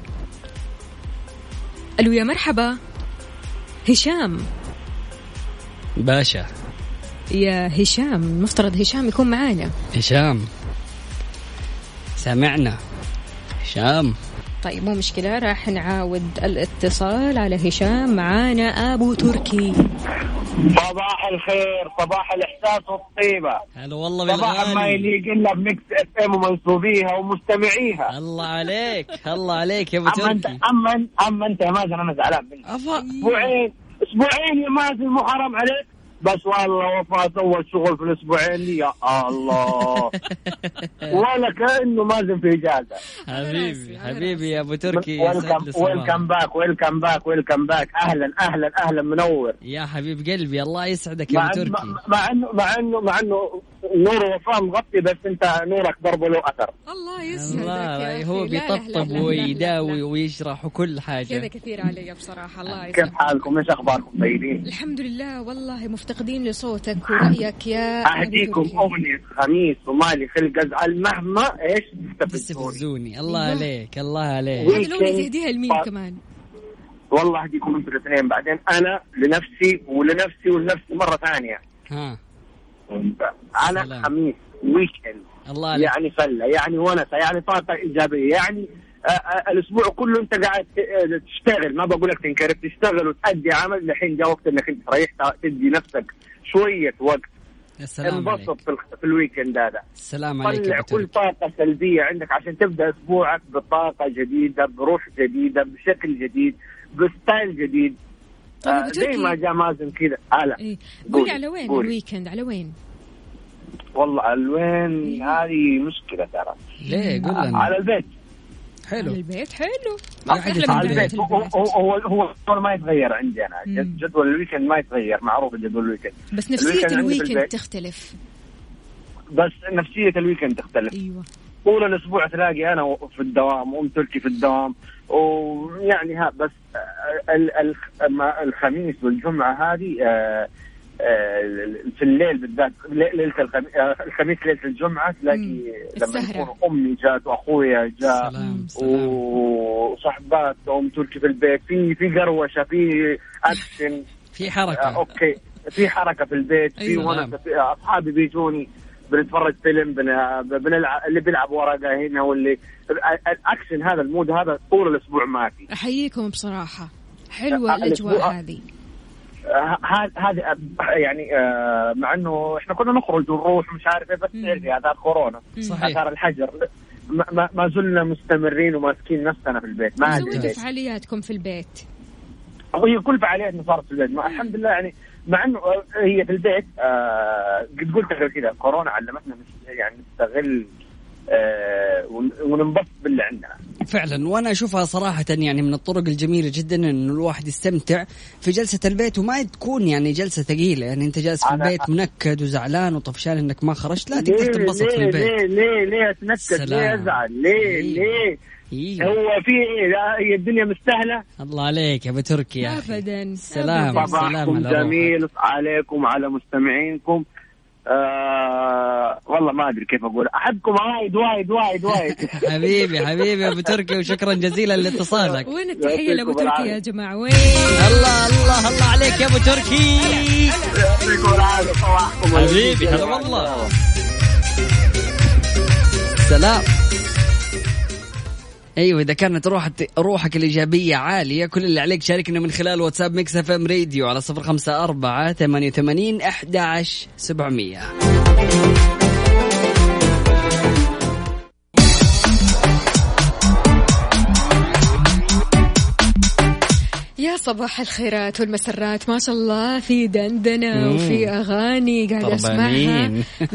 ألو يا مرحبا. هشام باشا. يا هشام مفترض هشام يكون معانا. هشام سامعنا هشام؟ طيب مو مشكلة، راح نعاود الاتصال على هشام. معانا أبو تركي. صباح الخير، صباح الإحساس والطيبة. هلا والله صباح ما يليق إلا بميكس اف ام ومنصوبيها ومستمعيها. الله عليك الله عليك يا أبو تركي. أما أنت أما, أما أنت يا مازن أنا زعلان منك. أسبوعين أسبوعين يا مازن، مو حرام عليك؟ بس والله وفاة أول شغل في الأسبوعين يا الله ولا كأنه مازن في إجازة. حبيبي حبيبي يا أبو تركي، ويلكم باك ويلكم باك ويلكم باك. أهلا أهلا أهلا، منور يا حبيب قلبي. الله يسعدك يا أبو تركي. مع إنه مع إنه مع إنه نور وفاء مغطي، بس أنت نورك برضه له أثر. الله يسعدك. الله هو بيطبطب ويداوي ويشرح وكل حاجة كذا كثير علي بصراحة. الله يسعدك. كيف حالكم؟ إيش أخباركم؟ طيبين الحمد لله. والله مفتقدين لصوتك ورأيك يا أهديكم أغنية خميس ومالي خلق أزعل مهما إيش تستفزوني. الله عليك الله عليك. هذه الأغنية تهديها لمين كمان؟ والله أهديكم أنتوا الاثنين، بعدين أنا لنفسي ولنفسي ولنفسي مرة ثانية. ها أنا سلام. خميس ويكند الله عليك. يعني فلة، يعني ونسة، يعني طاقة إيجابية، يعني آآ الأسبوع كله أنت قاعد تشتغل، ما بقولك تنكرف، تشتغل وتأدي عمل. لحين جاء وقت أنك أنت تريح تدي نفسك شوية وقت، انبسط في الويكند هذا. السلام عليك. طلع كل طاقة سلبية عندك عشان تبدأ أسبوعك بطاقة جديدة، بروح جديدة، بشكل جديد، بستايل جديد. آه زي ما جاء مازن كذا. هلا إيه. قولي على وين قولي. الويكند على وين؟ والله على وين إيه. هذه مشكلة ترى. ليه؟ قول لنا. على البيت. حلو. على البيت حلو. على البيت. هو هو هو هو ما يتغير عندي أنا. مم. جدول الويكند ما يتغير، معروف جدول الويكند. بس نفسية الويكند, الويكند تختلف. بس نفسية الويكند تختلف. أيوة. طول الأسبوع تلاقي أنا في الدوام وأم تركي في الدوام، ويعني ها بس الخميس والجمعة هذه في الليل بالذات، ليلة الخميس ليلة الجمعة تلاقي لما يكون أمي جات وأخويا جاء وصحبات وأم تركي في البيت، في في قروشة، في أكشن، في حركة. أوكي في حركة في البيت، في أيوة ونس، في أصحابي بيجوني بنتفرج فيلم، بنلعب اللي بيلعب ورقة هنا، واللي الأكشن هذا المود هذا طول الأسبوع ما في. أحييكم بصراحة، حلوة الأجواء هذه. هذه يعني مع إنه إحنا كنا نخرج ونروح مش عارف إيه، بس في هذا كورونا أثار الحجر ما, ما زلنا مستمرين وماسكين نفسنا في البيت. ما عندنا فعالياتكم في البيت؟ وهي كل فعالياتنا صارت في البيت، الحمد لله. يعني مع انه هي في البيت آه قد قلت غير كذا، كورونا علمتنا يعني نستغل آه وننبسط باللي عندنا فعلا. وانا اشوفها صراحه يعني من الطرق الجميله جدا انه الواحد يستمتع في جلسه البيت، وما تكون يعني جلسه ثقيله. يعني انت جالس في البيت منكد وزعلان وطفشان انك ما خرجت، لا تقدر تنبسط في البيت. ليه ليه ليه اتنكد؟ ليه ازعل؟ ليه ليه إيه؟ هو في هي الدنيا مستاهله؟ الله عليك يا ابو تركي يا اخي. ابدا. سلام سلام جميل عليكم وعلى مستمعينكم. آه والله ما ادري كيف اقول، احبكم وايد وايد وايد وايد. حبيبي حبيبي يا ابو تركي، وشكرا جزيلا لاتصالك. وين التحيه لابو تركي يا جماعه؟ وين؟ الله الله الله عليك يا ابو تركي. حبيبي هلا والله. سلام. ايوه اذا كانت روحك روحك الايجابيه عاليه، كل اللي عليك شاركنا من خلال واتساب ميكس اف ام راديو على صفر خمسة أربعة ثمانية وثمانين أحد عشر سبعمية. يا صباح الخيرات والمسرات، ما شاء الله في دندنة وفي أغاني قاعدة أسمعها.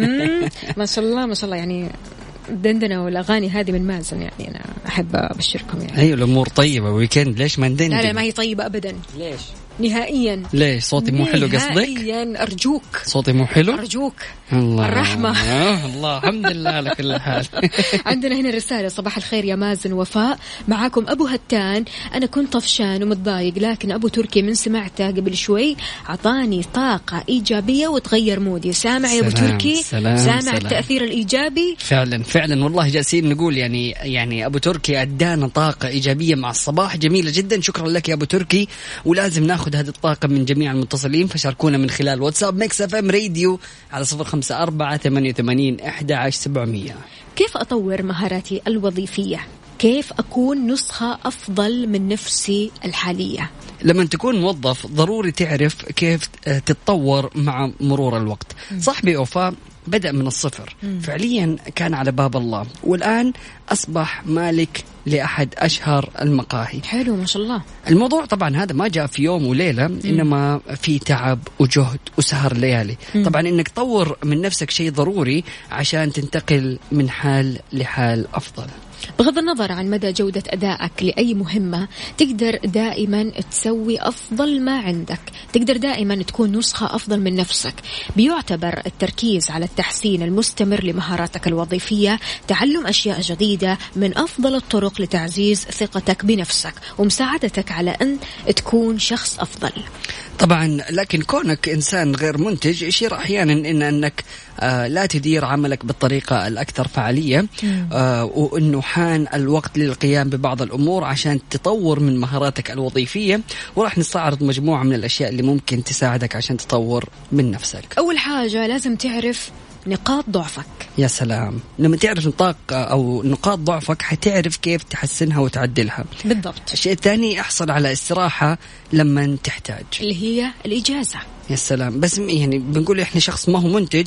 ما شاء الله ما شاء الله. يعني الدندنة والأغاني هذه من مازن، يعني أنا أحب أبشركم. يعني أيوة الأمور طيبة، ويكند ليش ما ندندن؟ لا لا ما هي طيبة أبدا. ليش؟ نهائيا. ليش صوتي مو حلو قصدك؟ نهائيا أرجوك. صوتي مو حلو؟ أرجوك. الله الرحمة. آه الله الحمد لله على كل حال. عندنا هنا رسالة: صباح الخير يا مازن وفاء، معاكم أبو هتان. أنا كنت طفشان ومتضايق، لكن أبو تركي من سمعته قبل شوي عطاني طاقة إيجابية وتغير مودي. سامع يا أبو تركي؟ سلام سامع سلام. التأثير الإيجابي؟ فعلا فعلا والله جالسين نقول يعني يعني أبو تركي أدانا طاقة إيجابية مع الصباح جميلة جدا. شكرا لك يا أبو تركي، ولازم ناخذ هذه الطاقة من جميع المتصلين، فشاركونا من خلال واتساب ميكس اف ام راديو على صفر خمسة أربعة ثمانية وثمانين أحد عشر سبعمية. كيف أطور مهاراتي الوظيفية؟ كيف أكون نسخة أفضل من نفسي الحالية؟ لما تكون موظف ضروري تعرف كيف تتطور مع مرور الوقت. صاحبي أوفا بدأ من الصفر، فعليا كان على باب الله، والآن أصبح مالك لأحد أشهر المقاهي. حلو ما شاء الله. الموضوع طبعا هذا ما جاء في يوم وليلة، إنما في تعب وجهد وسهر ليالي. طبعا إنك تطور من نفسك شيء ضروري عشان تنتقل من حال لحال أفضل. بغض النظر عن مدى جودة أدائك لأي مهمة، تقدر دائما تسوي أفضل ما عندك، تقدر دائما تكون نسخة أفضل من نفسك. بيعتبر التركيز على التحسين المستمر لمهاراتك الوظيفية تعلم أشياء جديدة من أفضل الطرق لتعزيز ثقتك بنفسك ومساعدتك على أن تكون شخص أفضل. طبعا لكن كونك إنسان غير منتج يشير أحيانا إن أنك آه لا تدير عملك بالطريقة الأكثر فعالية، آه وأنه حان الوقت للقيام ببعض الأمور عشان تطور من مهاراتك الوظيفية. وراح نستعرض مجموعة من الأشياء اللي ممكن تساعدك عشان تطور من نفسك. أول حاجة لازم تعرف نقاط ضعفك. يا سلام، لما تعرف نطاق أو نقاط ضعفك حتعرف كيف تحسنها وتعدلها. بالضبط. الشيء الثاني، احصل على استراحة لما تحتاج، اللي هي الإجازة. يا سلام، بس يعني بنقول إحنا شخص ما هو منتج،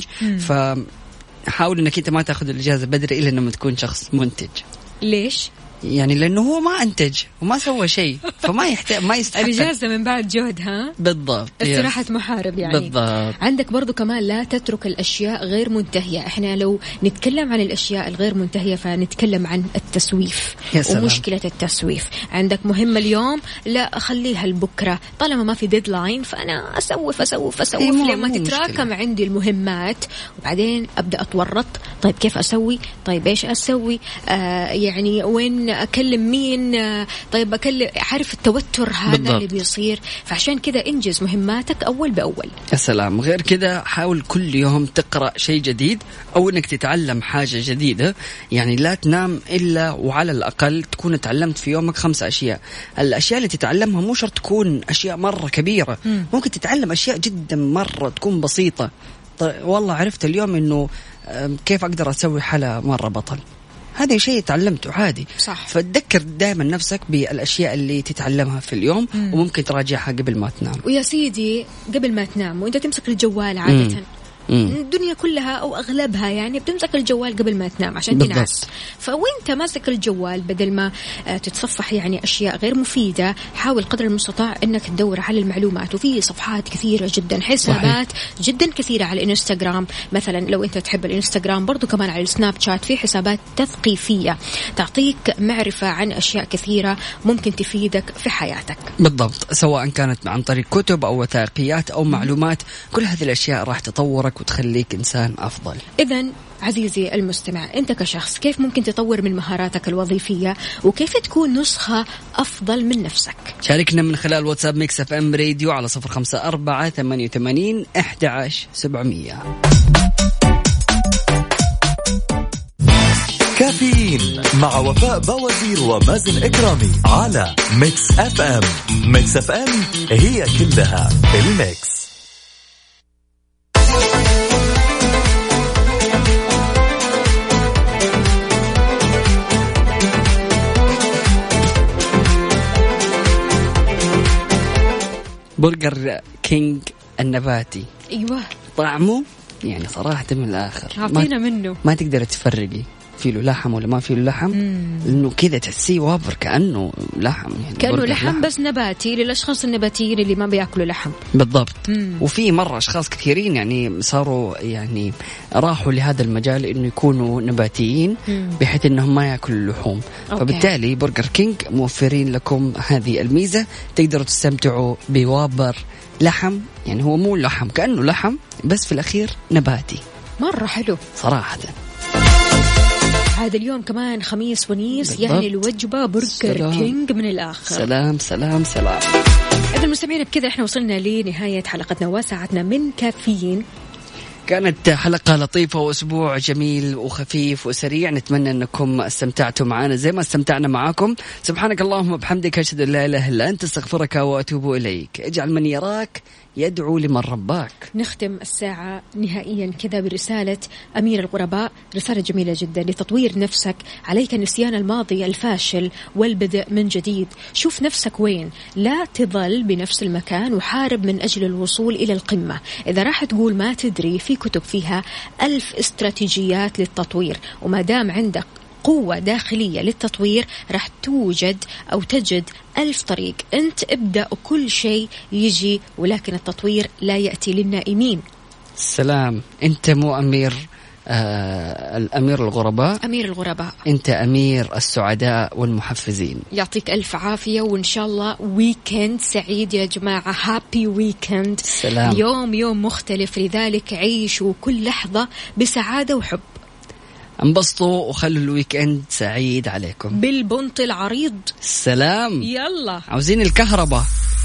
فحاول إنك أنت ما تأخذ الإجازة بدري إلا لما تكون شخص منتج. ليش؟ يعني لأنه هو ما أنتج وما سوى شيء، فما يحتاج ما يستحق الإجازة من بعد جهد. ها بالضبط، استراحة محارب يعني. بالضبط. عندك برضو كمان لا تترك الأشياء غير منتهية. إحنا لو نتكلم عن الأشياء الغير منتهية فنتكلم عن التسويف ومشكلة التسويف. عندك مهمة اليوم، لا أخليها لبكرة، طالما ما في ديدلاين فأنا أسوف أسوف أسوف إيه لما تتراكم مشكلة. عندي المهمات وبعدين أبدأ أتورط. طيب كيف أسوي؟ طيب إيش أسوي؟ آه يعني وين مين أكلم مين، طيب أكلم، عارف التوتر هذا بالضبط. اللي بيصير. فعشان كذا انجز مهماتك أول بأول. يا سلام. غير كذا حاول كل يوم تقرأ شيء جديد أو إنك تتعلم حاجة جديدة. يعني لا تنام إلا وعلى الأقل تكون تعلمت في يومك خمس أشياء. الأشياء اللي تتعلمها مو شرط تكون أشياء مرة كبيرة، م. ممكن تتعلم أشياء جدا مرة تكون بسيطة. طيب والله عرفت اليوم إنه كيف أقدر أسوي حلا مرة بطل، هذا شيء تعلمته عادي. صح. فتذكر دائما نفسك بالأشياء اللي تتعلمها في اليوم، مم. وممكن تراجعها قبل ما تنام. ويا سيدي قبل ما تنام وانت تمسك الجوال عادة، مم. مم. الدنيا كلها أو أغلبها يعني بتمسك الجوال قبل ما تنام عشان تنعس. فوانت ماسك الجوال بدل ما تتصفح يعني أشياء غير مفيدة، حاول قدر المستطاع أنك تدور على المعلومات. وفي صفحات كثيرة جدا، حسابات صحيح. جدا كثيرة على الانستغرام مثلا، لو أنت تحب الانستغرام، برضو كمان على السناب شات في حسابات تثقيفية تعطيك معرفة عن أشياء كثيرة ممكن تفيدك في حياتك. بالضبط، سواء كانت عن طريق كتب أو وثائقيات أو معلومات، كل هذه الأشياء راح تطورك وتخليك إنسان أفضل. إذن عزيزي المستمع، أنت كشخص كيف ممكن تطور من مهاراتك الوظيفية وكيف تكون نسخة أفضل من نفسك؟ شاركنا من خلال واتساب ميكس اف ام راديو على صفر خمسة أربعة ثمانية وثمانين أحد عشر سبعمية. كافيين مع وفاء بوازير ومازن إكرامي على ميكس اف ام. ميكس اف ام هي كلها الميكس. برجر كينج النباتي، ايوه طعمه يعني صراحة من الآخر، عطينا منه، ما تقدر تفرقي فيه له لحم ولا ما فيه له لحم، لأنه كذا تحسيه وابر كأنه لحم، يعني كأنه لحم, لحم بس نباتي للأشخاص النباتيين اللي ما بيأكلوا لحم. بالضبط. مم. وفي مرة أشخاص كثيرين يعني صاروا يعني راحوا لهذا المجال إنه يكونوا نباتيين، مم. بحيث إنهم ما يأكلوا اللحوم. أوكي. فبالتالي برجر كينج موفرين لكم هذه الميزة، تقدروا تستمتعوا بوابر لحم، يعني هو مو لحم كأنه لحم بس في الأخير نباتي. مرة حلو صراحة. هذا اليوم كمان خميس ونيس، بالضبط. يعني الوجبة برجر سلام. كينج من الآخر. سلام سلام سلام. إذا المستمعين بكذا احنا وصلنا لنهاية حلقتنا وساعتنا من كافيين. كانت حلقة لطيفة وأسبوع جميل وخفيف وسريع، نتمنى أنكم استمتعتوا معنا زي ما استمتعنا معاكم. سبحانك اللهم وبحمدك، أشهد أن لا إله إلا أنت، استغفرك وأتوب إليك. اجعل من يراك يدعو لمن رباك. نختم الساعة نهائيا كذا برسالة أمير الغرباء، رسالة جميلة جدا. لتطوير نفسك عليك نسيان الماضي الفاشل والبدء من جديد. شوف نفسك وين، لا تظل بنفس المكان وحارب من أجل الوصول إلى القمة. إذا راح تقول ما تدري، في كتب فيها ألف استراتيجيات للتطوير، وما دام عندك قوة داخلية للتطوير راح توجد أو تجد ألف طريق. أنت ابدأ وكل شيء يجي، ولكن التطوير لا يأتي للنائمين. السلام. أنت مو أمير آه الأمير الغرباء، أمير الغرباء، أنت أمير السعداء والمحفزين. يعطيك ألف عافية، وإن شاء الله ويكند سعيد يا جماعة. هابي ويكند. سلام. اليوم يوم مختلف، لذلك عيشوا كل لحظة بسعادة وحب. انبسطوا وخلوا الويك اند سعيد عليكم بالبنط العريض. سلام. يلا عاوزين الكهرباء.